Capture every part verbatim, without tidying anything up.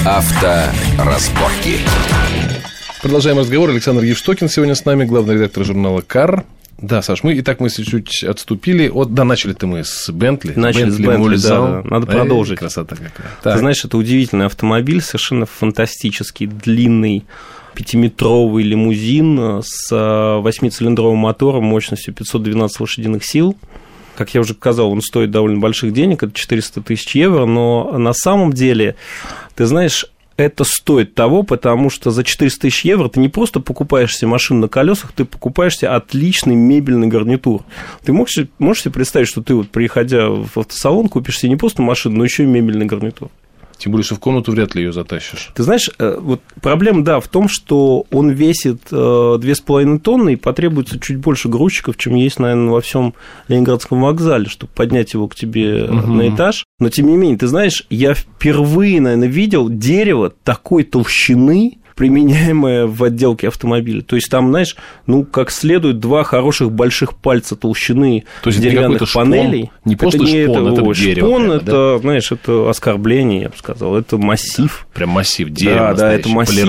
Авторазборки. Продолжаем разговор. Александр Евштокин сегодня с нами, главный редактор журнала «Кар». Да, Саш, мы и так мы чуть отступили от... Да, начали-то мы с Бентли. Начали с Бентли, да, да. Надо продолжить. Красота какая. Ты так. Знаешь, это удивительный автомобиль, совершенно фантастический, длинный, пятиметровый лимузин с восьмицилиндровым мотором мощностью пятьсот двенадцать лошадиных сил. Как я уже сказал, он стоит довольно больших денег, это четыреста тысяч евро, но на самом деле, ты знаешь... Это стоит того, потому что за четыреста тысяч евро ты не просто покупаешь себе машину на колесах, ты покупаешь себе отличный мебельный гарнитур. Ты можешь, можешь себе представить, что ты, вот, приходя в автосалон, купишь себе не просто машину, но еще и мебельный гарнитур? Тем более, что в комнату вряд ли ее затащишь. Ты знаешь, вот проблема, да, в том, что он весит две с половиной тонны, и потребуется чуть больше грузчиков, чем есть, наверное, во всем Ленинградском вокзале, чтобы поднять его к тебе угу. на этаж. Но, тем не менее, ты знаешь, я впервые, наверное, видел дерево такой толщины, применяемое в отделке автомобиля. То есть там, знаешь, ну, как следует, два хороших больших пальца толщины деревянных это панелей. Не это просто не шпон, это, это дерево. Шпон, прямо, это, да? знаешь, это оскорбление, я бы сказал. Это массив. Прям массив дерева. Да, да, это массив.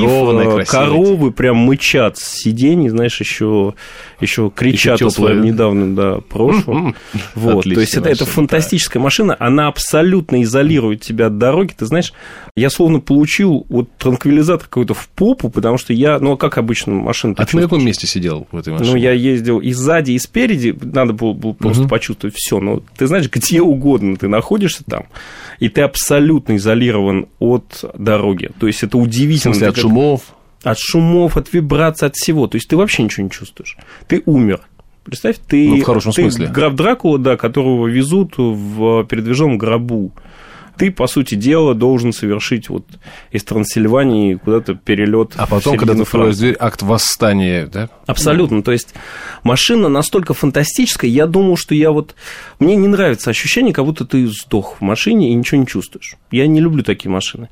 Коровы прям мычат с сидений, знаешь, еще, еще кричат еще о своем недавнем да, прошлом. Вот. То есть это, это фантастическая машина. Она абсолютно изолирует тебя от дороги. Ты знаешь, я словно получил вот транквилизатор какой-то в попу, потому что я, ну, как обычно машина... А ты на каком месте сидел в этой машине? Ну, я ездил и сзади, и спереди, надо было, было просто угу. почувствовать все. Но ты знаешь, где угодно ты находишься там, и ты абсолютно изолирован от дороги. То есть это удивительно. В смысле, от шумов? От шумов, от вибраций, от всего. То есть ты вообще ничего не чувствуешь. Ты умер. Представь, ты, ну, в хорошем ты смысле. Граф Дракула, да, которого везут в передвижном гробу. Ты, по сути дела, должен совершить вот из Трансильвании куда-то перелет. А потом, когда ты откроешь дверь, акт восстания, да? Абсолютно. То есть машина настолько фантастическая, я думал, что я вот... Мне не нравится ощущение, как будто ты сдох в машине и ничего не чувствуешь. Я не люблю такие машины.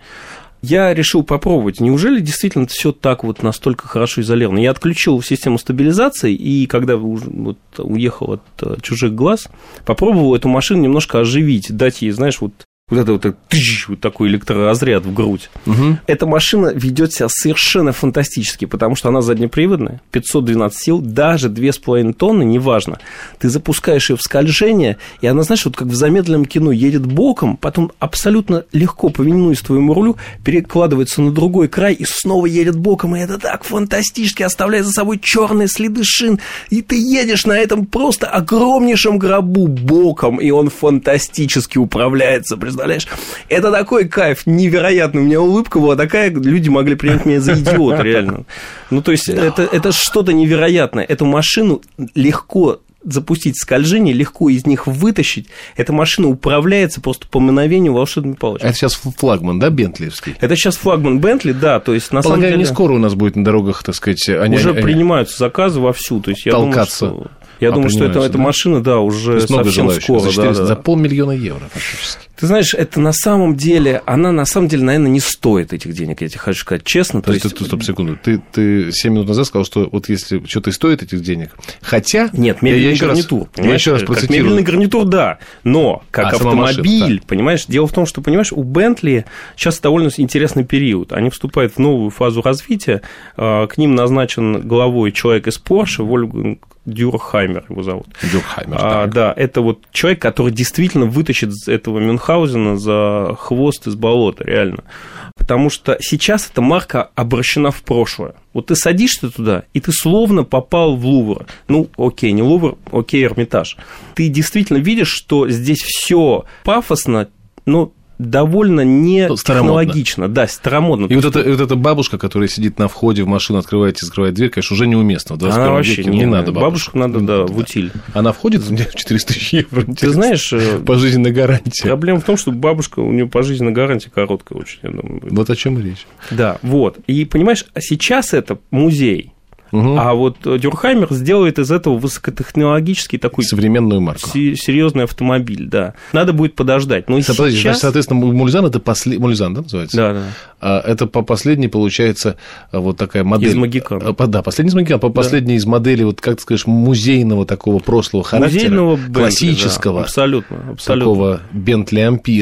Я решил попробовать. Неужели действительно все так вот настолько хорошо изолировано? Я отключил систему стабилизации, и когда вот уехал от чужих глаз, попробовал эту машину немножко оживить, дать ей, знаешь, вот вот это вот, тыщ, вот такой электроразряд в грудь. Угу. Эта машина ведет себя совершенно фантастически, потому что она заднеприводная, пятьсот двенадцать сил, даже две с половиной тонны, неважно. Ты запускаешь ее в скольжение, и она, знаешь, вот как в замедленном кино едет боком, потом абсолютно легко, повинуясь твоему рулю, перекладывается на другой край и снова едет боком, и это так фантастически, оставляет за собой черные следы шин, и ты едешь на этом просто огромнейшем гробу боком, и он фантастически управляется, представляешь? Это такой кайф невероятный. У меня улыбка была такая, люди могли принять меня за идиота, реально. Ну, то есть, это, это что-то невероятное. Эту машину легко запустить скольжение, легко из них вытащить. Эта машина управляется просто по мгновению волшебной палочкой. Это сейчас флагман, да, бентлиевский? Это сейчас флагман Бентли, да, то есть, на Полагаю, самом деле... не скоро у нас будет на дорогах, так сказать... Они, уже они, принимаются заказы вовсю, то есть, я толкаться. думаю, что... Я а думаю, что это, эта да? машина, да, уже совсем скоро. За, четыреста, да, да. за полмиллиона евро фактически. Ты знаешь, это на самом деле, она на самом деле, наверное, не стоит этих денег, я тебе хочу сказать честно. То, то есть, есть... Стоп, секунду, ты, ты семь минут назад сказал, что вот если что-то и стоит этих денег, хотя... Нет, мебельный я гарнитур, раз, я еще раз процитирую. Как мебельный гарнитур, да, но как а, автомобиль, машина, да. Понимаешь, дело в том, что, понимаешь, у Бентли сейчас довольно интересный период, они вступают в новую фазу развития, к ним назначен главой человек из Porsche, Вольфганг Дюркхаймер его зовут. Дюркхаймер, а, да, это вот человек, который действительно вытащит этого Мюнхгаузена за хвост из болота, реально. Потому что сейчас эта марка обращена в прошлое. Вот ты садишься туда, и ты словно попал в Лувр. Ну, окей, не Лувр, окей, Эрмитаж. Ты действительно видишь, что здесь все пафосно, но довольно не технологично, да, старомодно. И вот эта, вот эта бабушка, которая сидит на входе в машину, открывает и закрывает дверь, конечно, уже неуместно. В двадцать первом веке не, не надо бабушку. Бабушку надо, да, в утиль. Она входит в четыреста тысяч евро? Ты знаешь... Пожизненная гарантия. Проблема в том, что бабушка, у нее пожизненная гарантия короткая очень, я думаю. Вот о чем и речь. Да, вот. И, понимаешь, сейчас это музей. Угу. А вот Дюркхаймер сделает из этого высокотехнологический такой... современную марку. Серьезный автомобиль, да. Надо будет подождать. Но Подожди, сейчас... соответственно, Мульзан это после... Мульзан, да, называется? Да, да. А это по последней, получается, вот такая модель. Из Магикана. Да, последний из Магикана. По последней да. из моделей, вот как ты скажешь, музейного такого прошлого характера. Музейного Бентли, классического. Да, абсолютно, абсолютно. Такого Бентли Ампира.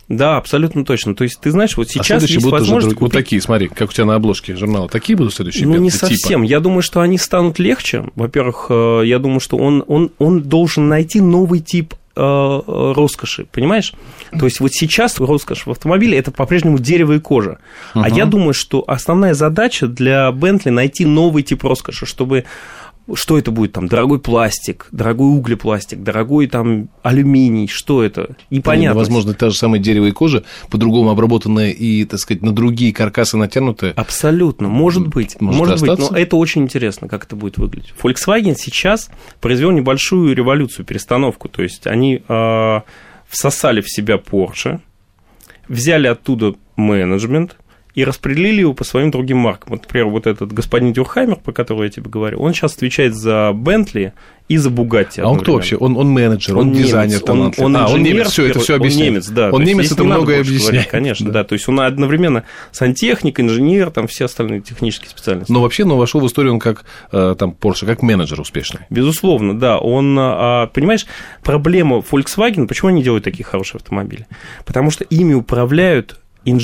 Да, абсолютно точно. То есть, ты знаешь, вот сейчас а следующие есть будут возможность уже купить... вот такие, смотри, как у тебя на обложке журнала. Такие будут следующие? Ну, не типа? совсем. Я думаю, что они станут легче. Во-первых, я думаю, что он, он, он должен найти новый тип роскоши, понимаешь? То есть, вот сейчас роскошь в автомобиле – это по-прежнему дерево и кожа. Uh-huh. А я думаю, что основная задача для Bentley – найти новый тип роскоши, чтобы... Что это будет там? Дорогой пластик, дорогой углепластик, дорогой там алюминий, что это? Непонятно. Возможно, та же самая дерево и кожа, по-другому обработанная и, так сказать, на другие каркасы натянутые. Абсолютно, может быть, может, может быть, но это очень интересно, как это будет выглядеть. Volkswagen сейчас произвел небольшую революцию, перестановку, то есть они э, всосали в себя Porsche, взяли оттуда менеджмент, и распределили его по своим другим маркам. Вот, например, вот этот господин Дюрхаймер, про которого я тебе говорю, он сейчас отвечает за Bentley и за Bugatti. А он кто вообще? Он, он менеджер, он, он дизайнер, немец, он, он а, инженер, он немец, все это все объясняет. Он немец, да. Он немец, это многое объясняет. Говорить, конечно, да. да. То есть он одновременно сантехник, инженер, там все остальные технические специальности. Но вообще, но вошел в историю он как там Porsche, как менеджер успешный. Безусловно, да. Он, понимаешь, проблема Volkswagen, почему они делают такие хорошие автомобили? Потому что ими управляют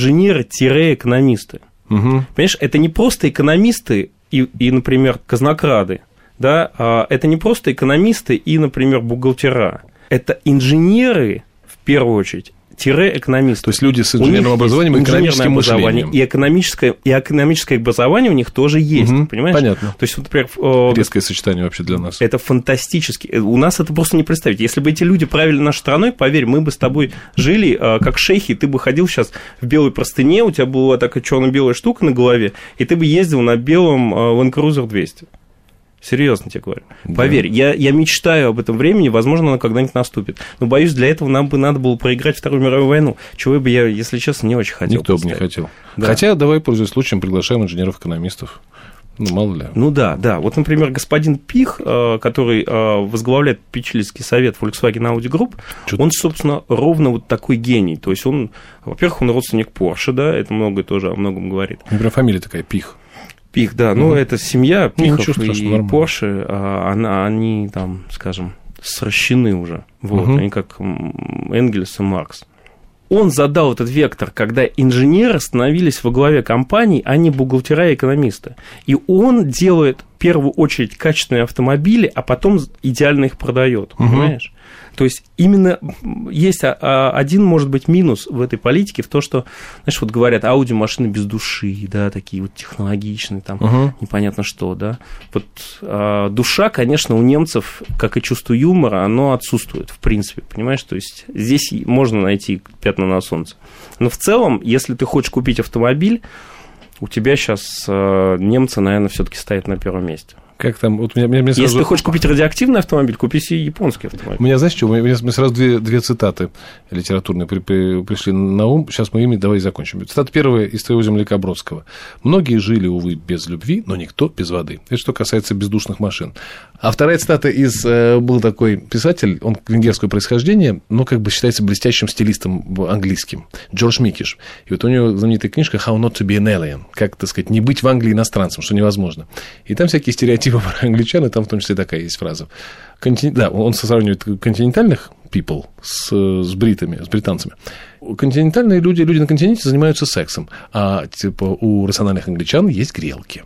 инженеры-экономисты. Угу. Понимаешь, это не просто экономисты и, и, например, казнокрады, да, а это не просто экономисты и, например, бухгалтера. Это инженеры, в первую очередь, экономисты. То есть люди с инженерным образованием и экономическим мышлением. И экономическое, и экономическое образование у них тоже есть, угу, понимаешь? Понятно. То есть, вот, например... Резкое сочетание вообще для нас. Это фантастически. У нас это просто не представить. Если бы эти люди правили нашей страной, поверь, мы бы с тобой жили как шейхи, ты бы ходил сейчас в белой простыне, у тебя была такая черно-белая штука на голове, и ты бы ездил на белом Land Cruiser двести. Серьезно тебе говорю. Да. Поверь, я, я мечтаю об этом времени, возможно, оно когда-нибудь наступит. Но, боюсь, для этого нам бы надо было проиграть Вторую мировую войну, чего бы я, если честно, не очень хотел. Никто бы не хотел. Да. Хотя, давай, пользуясь случаем, приглашаем инженеров-экономистов. Ну, мало ли. Ну, да, да. Вот, например, господин Пих, который возглавляет попечительский совет Volkswagen Audi Group, Что-то... он, собственно, ровно вот такой гений. То есть, он, во-первых, он родственник Porsche, да, это многое тоже о многом говорит. Например, фамилия такая Пих. Пих, да, ну, mm-hmm. это семья Пихов ну, и Порше, она, они там, скажем, сращены уже, вот, mm-hmm. они как Энгельс и Маркс. Он задал этот вектор, когда инженеры становились во главе компаний, а не бухгалтера и экономисты. И он делает в первую очередь качественные автомобили, а потом идеально их продает, mm-hmm. понимаешь? То есть, именно есть один, может быть, минус в этой политике, в том, что, знаешь, вот говорят, Audi машины без души, да, такие вот технологичные, там, uh-huh. непонятно что, да. Вот а, душа, конечно, у немцев, как и чувство юмора, оно отсутствует, в принципе, понимаешь? То есть, здесь можно найти пятна на солнце. Но в целом, если ты хочешь купить автомобиль, у тебя сейчас а, немцы, наверное, все-таки стоят на первом месте. Как там, вот мне, мне сразу... Если ты хочешь купить радиоактивный автомобиль, купи себе японский автомобиль. У меня, знаешь, что, мне, мне сразу две, две цитаты литературные при, при, пришли на ум. Сейчас мы ими давай закончим. Цитата первая из твоего земляка Бродского. «Многие жили, увы, без любви, но никто без воды». Это что касается бездушных машин. А вторая цитата из... Был такой писатель, он венгерского происхождения, но как бы считается блестящим стилистом английским. Джордж Микиш. И вот у него знаменитая книжка «How not to be an alien». Как, так сказать, не быть в Англии иностранцем, что невозможно. И там всякие стереотипы про англичан, и там в том числе такая есть фраза. Контин... Да, он сравнивает континентальных people с, с бритами, с британцами. Континентальные люди, люди на континенте занимаются сексом, а типа у рациональных англичан есть грелки.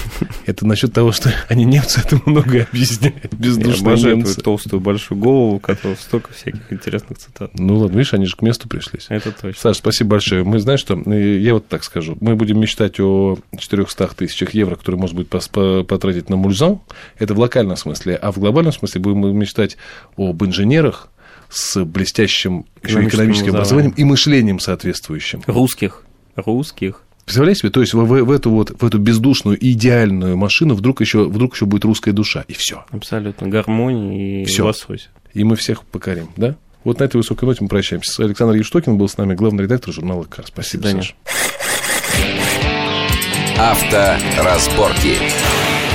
Это насчет того, что они немцы, это многое объясняет. Бездушные немцы. Я обожаю твою толстую большую голову, у которой столько всяких интересных цитат. Ну ладно, видишь, они же к месту пришлись. Это точно. Саш, спасибо большое. Мы, знаешь что, я вот так скажу, мы будем мечтать о четырехстах тысячах евро, которые можно будет потратить на Мульзан, это в локальном смысле, а в глобальном смысле будем мечтать об инженерах с блестящим еще экономическим образованием и мышлением соответствующим. Русских. Русских. Представляете себе, то есть в, в, в, эту вот, в эту бездушную идеальную машину вдруг еще, вдруг еще будет русская душа, и все. Абсолютно. Гармония и лосось. И мы всех покорим, да? Вот на этой высокой ноте мы прощаемся. Александр Евштокин был с нами, главный редактор журнала «Кар». Спасибо, Саша. Авторазборки.